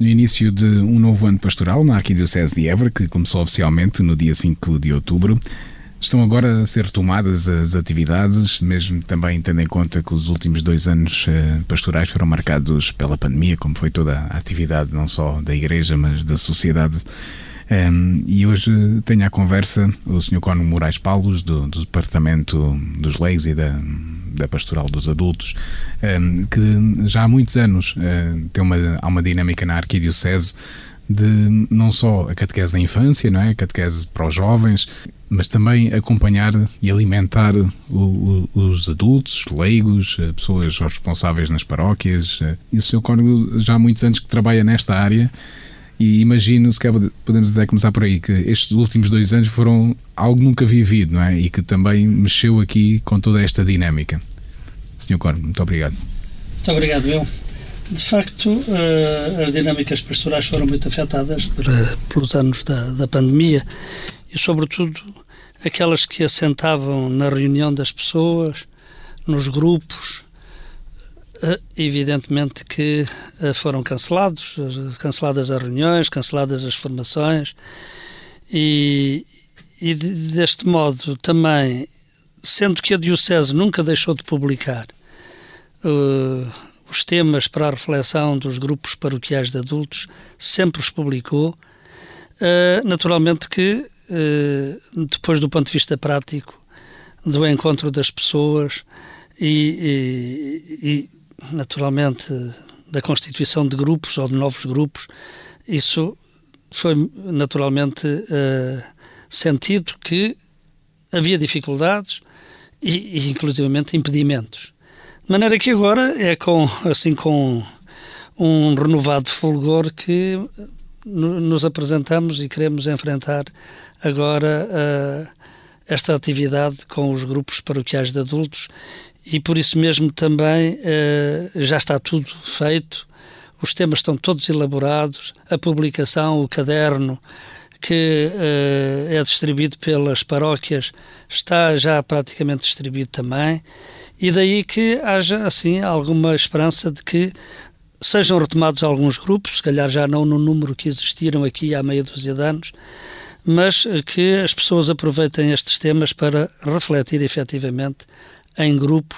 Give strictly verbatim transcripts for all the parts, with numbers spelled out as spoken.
no início de um novo ano pastoral na Arquidiocese de Évora, que começou oficialmente no dia cinco de outubro. Estão agora a ser retomadas as atividades, mesmo também tendo em conta que os últimos dois anos pastorais foram marcados pela pandemia, como foi toda a atividade não só da Igreja, mas da sociedade. Um, e hoje tenho à conversa o senhor Cónigo Moraes Paulos, do, do Departamento dos Leigos e da, da Pastoral dos Adultos, um, que já há muitos anos uh, tem uma, há uma dinâmica na Arquidiocese de não só a catequese da infância, não é? A catequese para os jovens, mas também acompanhar e alimentar o, o, os adultos, leigos, pessoas responsáveis nas paróquias. E o senhor Cónigo já há muitos anos que trabalha nesta área. E imagino, se calhar podemos até começar por aí, que estes últimos dois anos foram algo nunca vivido, não é? E que também mexeu aqui com toda esta dinâmica. senhor Cónigo, muito obrigado. Muito obrigado, eu. De facto, uh, as dinâmicas pastorais foram muito afetadas por, uh, pelos anos da, da pandemia e, sobretudo, aquelas que assentavam na reunião das pessoas, nos grupos. Uh, evidentemente que uh, foram cancelados, uh, canceladas as reuniões, canceladas as formações e, e de, deste modo também, sendo que a Diocese nunca deixou de publicar uh, os temas para a reflexão dos grupos paroquiais de adultos, sempre os publicou, uh, naturalmente que uh, depois do ponto de vista prático, do encontro das pessoas e, e, e naturalmente da constituição de grupos ou de novos grupos, isso foi naturalmente uh, sentido que havia dificuldades e, e inclusivamente impedimentos. De maneira que agora é com, assim, com um renovado fulgor que nos apresentamos e queremos enfrentar agora uh, esta atividade com os grupos paroquiais de adultos. E por isso mesmo também eh, já está tudo feito, os temas estão todos elaborados, a publicação, o caderno que eh, é distribuído pelas paróquias está já praticamente distribuído também, e daí que haja assim alguma esperança de que sejam retomados alguns grupos, se calhar já não no número que existiram aqui há meia dúzia de anos, mas que as pessoas aproveitem estes temas para refletir efetivamente em grupos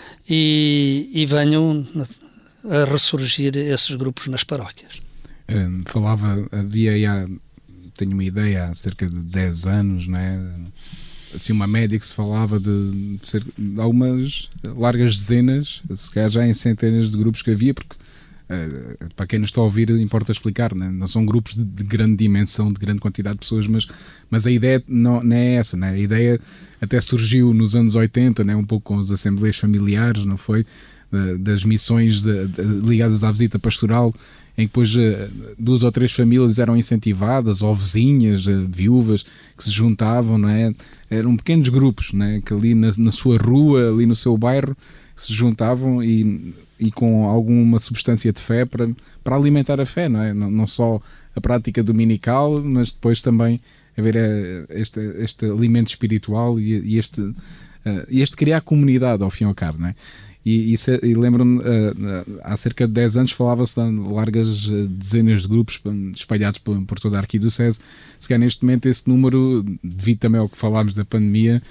e, e venham a ressurgir esses grupos nas paróquias. Um, falava, havia há, tenho uma ideia, há cerca de dez anos, não é? Assim, uma média que se falava de, de, ser, de algumas largas dezenas, se calhar já em centenas de grupos que havia, porque uh, para quem nos está a ouvir importa explicar, não, é? Não são grupos de, de grande dimensão, de grande quantidade de pessoas, mas, mas a ideia não, não é essa, não é? A ideia até surgiu nos anos oitenta, né, um pouco com as assembleias familiares, não foi? Das missões de, de, ligadas à visita pastoral, em que depois duas ou três famílias eram incentivadas, ou vizinhas, viúvas, que se juntavam, não é? Eram pequenos grupos, não é? Que ali na, na sua rua, ali no seu bairro, se juntavam e, e com alguma substância de fé para, para alimentar a fé, não é? Não, não só a prática dominical, mas depois também haver este, este alimento espiritual e, e este, uh, este criar comunidade ao fim e ao cabo, não é? E, e, e lembro-me, uh, há cerca de dez anos falava-se de largas dezenas de grupos espalhados por, por toda a Arquidiocese. Se calhar neste momento esse número, devido também ao que falámos da pandemia,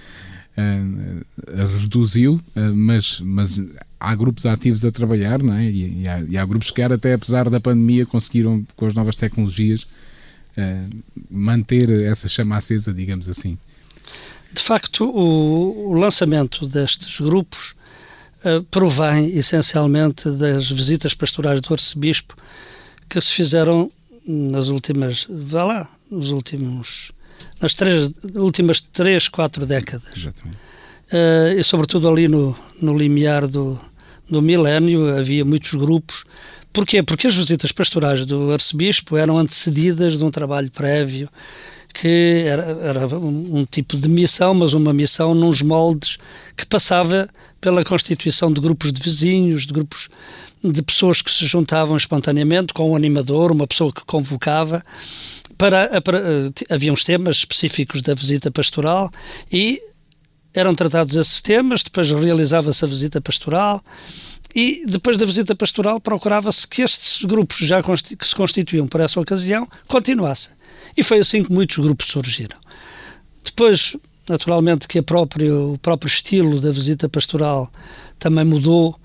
uh, reduziu, uh, mas, mas há grupos ativos a trabalhar, não é? E, e, há, e há grupos que, até apesar da pandemia, conseguiram, com as novas tecnologias, uh, manter essa chama acesa, digamos assim. De facto, o, o lançamento destes grupos uh, provém essencialmente das visitas pastorais do arcebispo que se fizeram nas últimas, vá lá, nos últimos, nas três, últimas três, quatro décadas. Exatamente. Uh, e sobretudo ali no, no limiar do, do milénio havia muitos grupos. Porquê? Porque as visitas pastorais do arcebispo eram antecedidas de um trabalho prévio que era, era um, um tipo de missão, mas uma missão nos moldes que passava pela constituição de grupos de vizinhos, de grupos de pessoas que se juntavam espontaneamente com um animador, uma pessoa que convocava. Para, para, havia uns temas específicos da visita pastoral e eram tratados esses temas, depois realizava-se a visita pastoral E depois da visita pastoral procurava-se que estes grupos já que se constituíam por essa ocasião continuassem. E foi assim que muitos grupos surgiram. Depois, naturalmente, que a própria, o próprio estilo da visita pastoral também mudou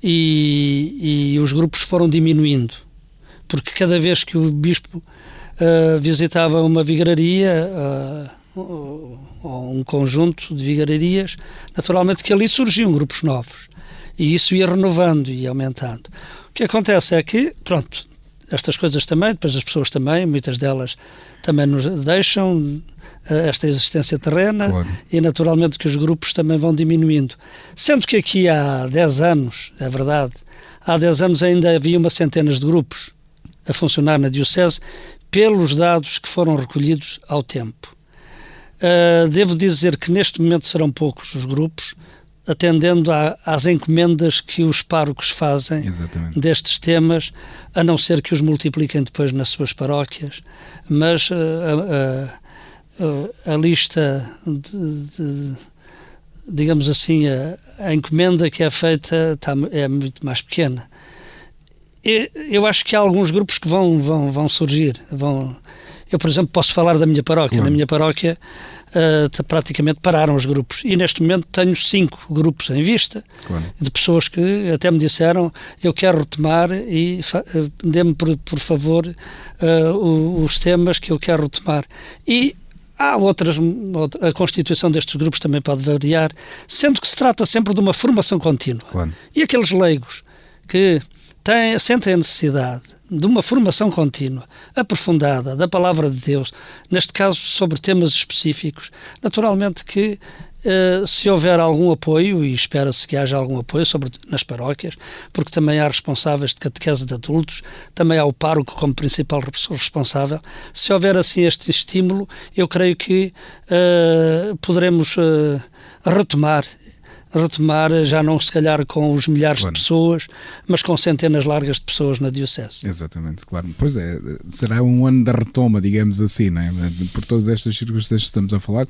e, e os grupos foram diminuindo. Porque cada vez que o bispo uh, visitava uma vigararia uh, ou, ou um conjunto de vigararias, naturalmente que ali surgiam grupos novos. E isso ia renovando e aumentando. O que acontece é que, pronto, estas coisas também, depois as pessoas também, muitas delas também nos deixam uh, esta existência terrena, claro. E naturalmente que os grupos também vão diminuindo. Sendo que aqui há dez anos, é verdade, há dez anos ainda havia uma centenas de grupos a funcionar na Diocese pelos dados que foram recolhidos ao tempo. Uh, devo dizer que neste momento serão poucos os grupos, atendendo a, às encomendas que os párocos fazem Exatamente. Destes temas, a não ser que os multipliquem depois nas suas paróquias, mas uh, a, a, a lista de, de, digamos assim, a, a encomenda que é feita tá, é muito mais pequena. E, eu acho que há alguns grupos que vão, vão, vão surgir. Vão, eu, por exemplo, posso falar da minha paróquia. Claro. Na minha paróquia Uh, praticamente pararam os grupos e neste momento tenho cinco grupos em vista, claro. De pessoas que até me disseram eu quero retomar e uh, dê-me por, por favor uh, os temas que eu quero retomar. E há outras, outra, a constituição destes grupos também pode variar, sendo que se trata sempre de uma formação contínua. Claro. E aqueles leigos que têm, sentem a necessidade de uma formação contínua, aprofundada, da Palavra de Deus, neste caso sobre temas específicos, naturalmente que eh, se houver algum apoio, e espera-se que haja algum apoio sobre, nas paróquias, porque também há responsáveis de catequese de adultos, também há o pároco como principal responsável, se houver assim este estímulo, eu creio que eh, poderemos eh, retomar retomar, já não se calhar com os milhares claro. De pessoas, mas com centenas largas de pessoas na Diocese. Exatamente, claro. Pois é, será um ano da retoma, digamos assim, não é? Por todas estas circunstâncias que estamos a falar,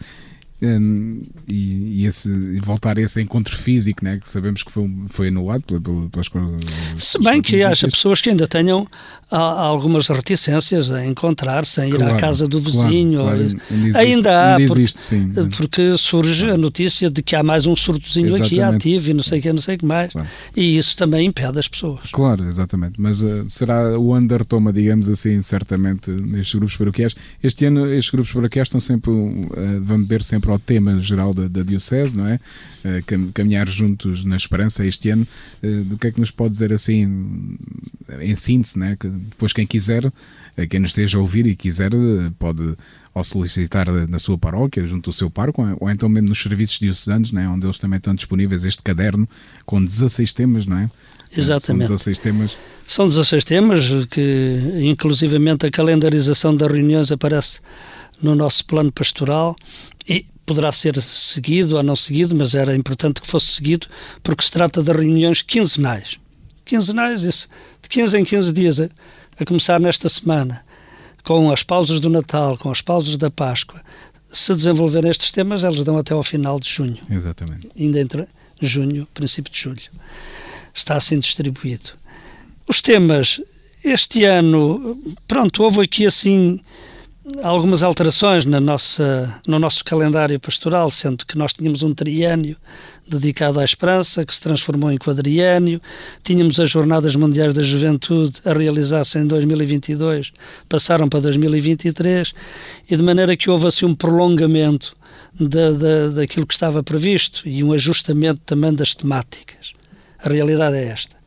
um, e, e, esse, e voltar a esse encontro físico, né, que sabemos que foi, foi anulado pelas, pelas coisas. Se bem que haja pessoas que ainda tenham há, há algumas reticências a encontrar-se, a ir claro, à casa do vizinho. Claro, claro. Ainda, existe, ainda há, ainda porque, existe, sim. porque surge claro. A notícia de que há mais um surtozinho exatamente. Aqui ativo e não sei o que, não sei o que mais. Claro. E isso também impede as pessoas. Claro, exatamente. Mas uh, será o ano da retoma, digamos assim, certamente, nestes grupos paroquiais. Este ano, estes grupos paroquiais estão sempre, uh, vão beber sempre ao tema geral da, da Diocese, não é? Uh, caminhar juntos na esperança este ano. Uh, do que é que nos pode dizer assim, em síntese, não é? Que depois quem quiser, quem nos esteja a ouvir e quiser, pode ou solicitar na sua paróquia, junto ao seu pároco, ou então mesmo nos serviços diocesanos, não é? Onde eles também estão disponíveis este caderno com dezasseis temas, não é? Exatamente. São dezasseis temas. São dezasseis temas que, inclusivamente, a calendarização das reuniões aparece no nosso plano pastoral e poderá ser seguido ou não seguido, mas era importante que fosse seguido, porque se trata de reuniões quinzenais. Quinzenais, isso, de quinze em quinze dias, a, a começar nesta semana, com as pausas do Natal, com as pausas da Páscoa. Se desenvolverem estes temas, eles dão até ao final de junho. Exatamente. Ainda entre junho, princípio de julho. Está assim distribuído. Os temas, este ano, pronto, houve aqui assim algumas alterações na nossa, no nosso calendário pastoral, sendo que nós tínhamos um triênio dedicado à esperança, que se transformou em quadriênio, tínhamos as Jornadas Mundiais da Juventude a realizar-se em dois mil e vinte e dois, passaram para dois mil e vinte e três, e de maneira que houve assim um prolongamento da, da, daquilo que estava previsto e um ajustamento também das temáticas. A realidade é esta.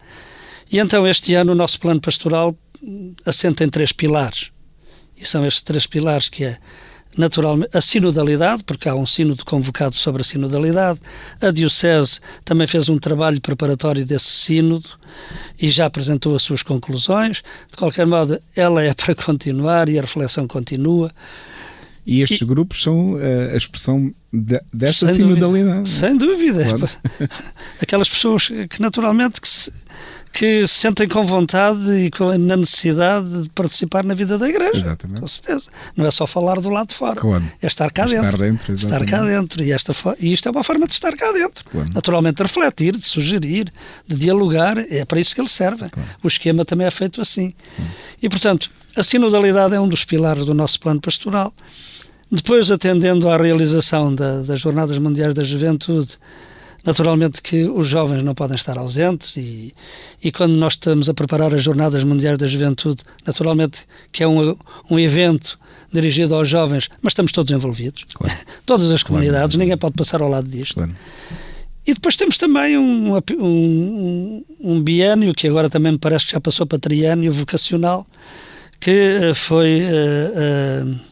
E então este ano o nosso plano pastoral assenta em três pilares. E são estes três pilares que é, naturalmente, a sinodalidade, porque há um sínodo convocado sobre a sinodalidade. A Diocese também fez um trabalho preparatório desse sínodo e já apresentou as suas conclusões. De qualquer modo, ela é para continuar e a reflexão continua. E estes e, grupos são uh, a expressão de, desta sem sinodalidade. Dúvida, sem dúvida. Claro. Aquelas pessoas que naturalmente que se, que se sentem com vontade e com, na necessidade de participar na vida da igreja. Exatamente. Com certeza. Não é só falar do lado de fora. Claro. É estar cá estar dentro. dentro estar cá dentro. E, esta, e isto é uma forma de estar cá dentro. Claro. Naturalmente de refletir, de sugerir, de dialogar. É para isso que eles servem. Claro. O esquema também é feito assim. Claro. E, portanto, a sinodalidade é um dos pilares do nosso plano pastoral. Depois, atendendo à realização da, das Jornadas Mundiais da Juventude, naturalmente que os jovens não podem estar ausentes e, e quando nós estamos a preparar as Jornadas Mundiais da Juventude, naturalmente que é um, um evento dirigido aos jovens, mas estamos todos envolvidos, claro. Todas as comunidades, claro. Ninguém pode passar ao lado disto. Claro. E depois temos também um, um, um biênio, que agora também me parece que já passou para triênio vocacional, que foi... Uh, uh,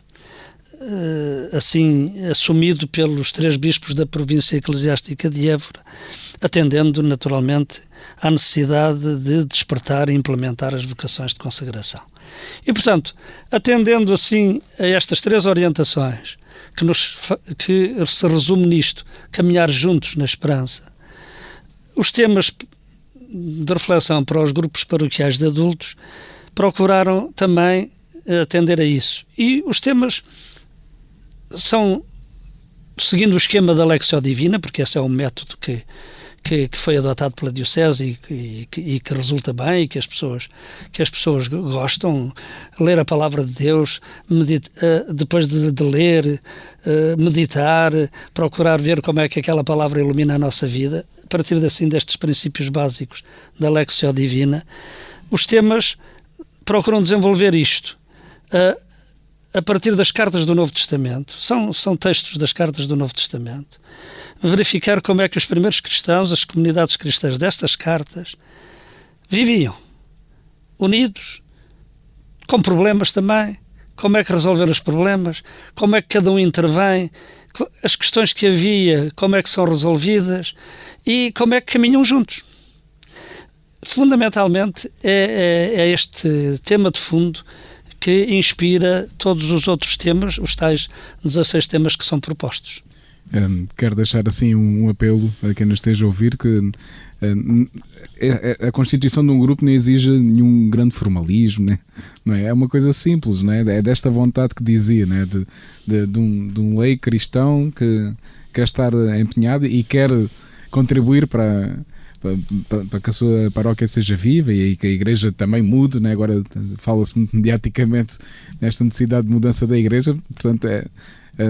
assim assumido pelos três bispos da província eclesiástica de Évora, atendendo naturalmente à necessidade de despertar e implementar as vocações de consagração. E, portanto, atendendo assim a estas três orientações, que, nos, que se resume nisto, caminhar juntos na esperança, os temas de reflexão para os grupos paroquiais de adultos procuraram também atender a isso. E os temas são, seguindo o esquema da Lectio Divina, porque esse é um método que, que, que foi adotado pela Diocese e, e, e que resulta bem e que as pessoas, que as pessoas gostam, ler a Palavra de Deus, medita, depois de, de ler, meditar, procurar ver como é que aquela palavra ilumina a nossa vida, a partir assim destes princípios básicos da Lectio Divina, os temas procuram desenvolver isto. A partir das cartas do Novo Testamento, são, são textos das cartas do Novo Testamento, verificar como é que os primeiros cristãos, as comunidades cristãs destas cartas, viviam, unidos, com problemas também, como é que resolver os problemas, como é que cada um intervém, as questões que havia, como é que são resolvidas e como é que caminham juntos. Fundamentalmente é, é, é este tema de fundo que inspira todos os outros temas, os tais dezasseis temas que são propostos. Um, quero deixar assim um, um apelo a quem nos esteja a ouvir que um, a, a constituição de um grupo não exige nenhum grande formalismo, né? Não é? É uma coisa simples, não é? É desta vontade que dizia, né? de, de, de, um, de um leigo cristão que quer estar empenhado e quer contribuir para... Para, para que a sua paróquia seja viva e que a igreja também mude, né? Agora fala-se muito mediaticamente nesta necessidade de mudança da igreja, portanto é, é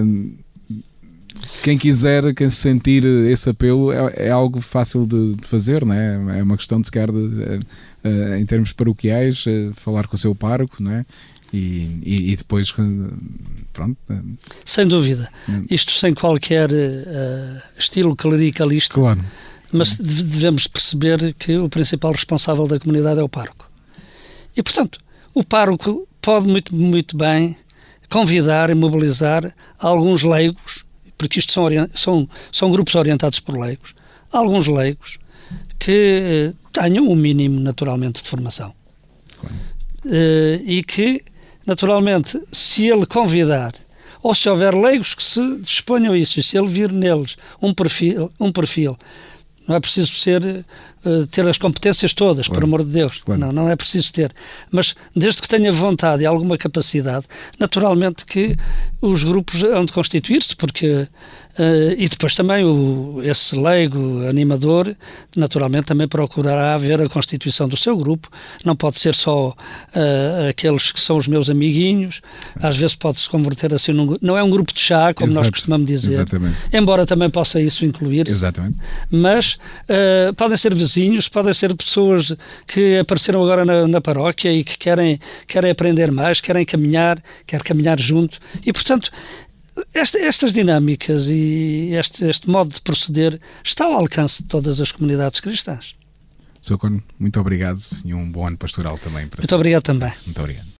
quem quiser, quem se sentir esse apelo é, é algo fácil de, de fazer, né? É uma questão de se quer de, em termos paroquiais falar com o seu pároco, né? E, e, e depois pronto. Sem dúvida, isto sem qualquer uh, estilo clericalista. Claro. Mas devemos perceber que o principal responsável da comunidade é o pároco. E, portanto, o pároco pode muito, muito bem convidar e mobilizar alguns leigos, porque isto são, são, são grupos orientados por leigos, alguns leigos que tenham o mínimo, naturalmente, de formação. Claro. E que, naturalmente, se ele convidar, ou se houver leigos que se disponham a isso, e se ele vir neles um perfil, um perfil não é preciso ser, uh, ter as competências todas, claro. Por amor de Deus. Claro. Não, não é preciso ter. Mas desde que tenha vontade e alguma capacidade, naturalmente que os grupos hão de constituir-se, porque uh, e depois também o, esse leigo animador, naturalmente também procurará ver a constituição do seu grupo. Não pode ser só uh, aqueles que são os meus amiguinhos. Às vezes pode-se converter assim num... Não é um grupo de chá, como Exato. Nós costumamos dizer. Exatamente. Embora também possa isso incluir-se. Exatamente. Mas Uh, podem ser vizinhos, podem ser pessoas que apareceram agora na, na paróquia e que querem, querem aprender mais, querem caminhar, querem caminhar junto. E, portanto, esta, estas dinâmicas e este, este modo de proceder está ao alcance de todas as comunidades cristãs. senhor Cônego, muito obrigado e um bom ano pastoral também. Para muito si. Obrigado também. Muito obrigado.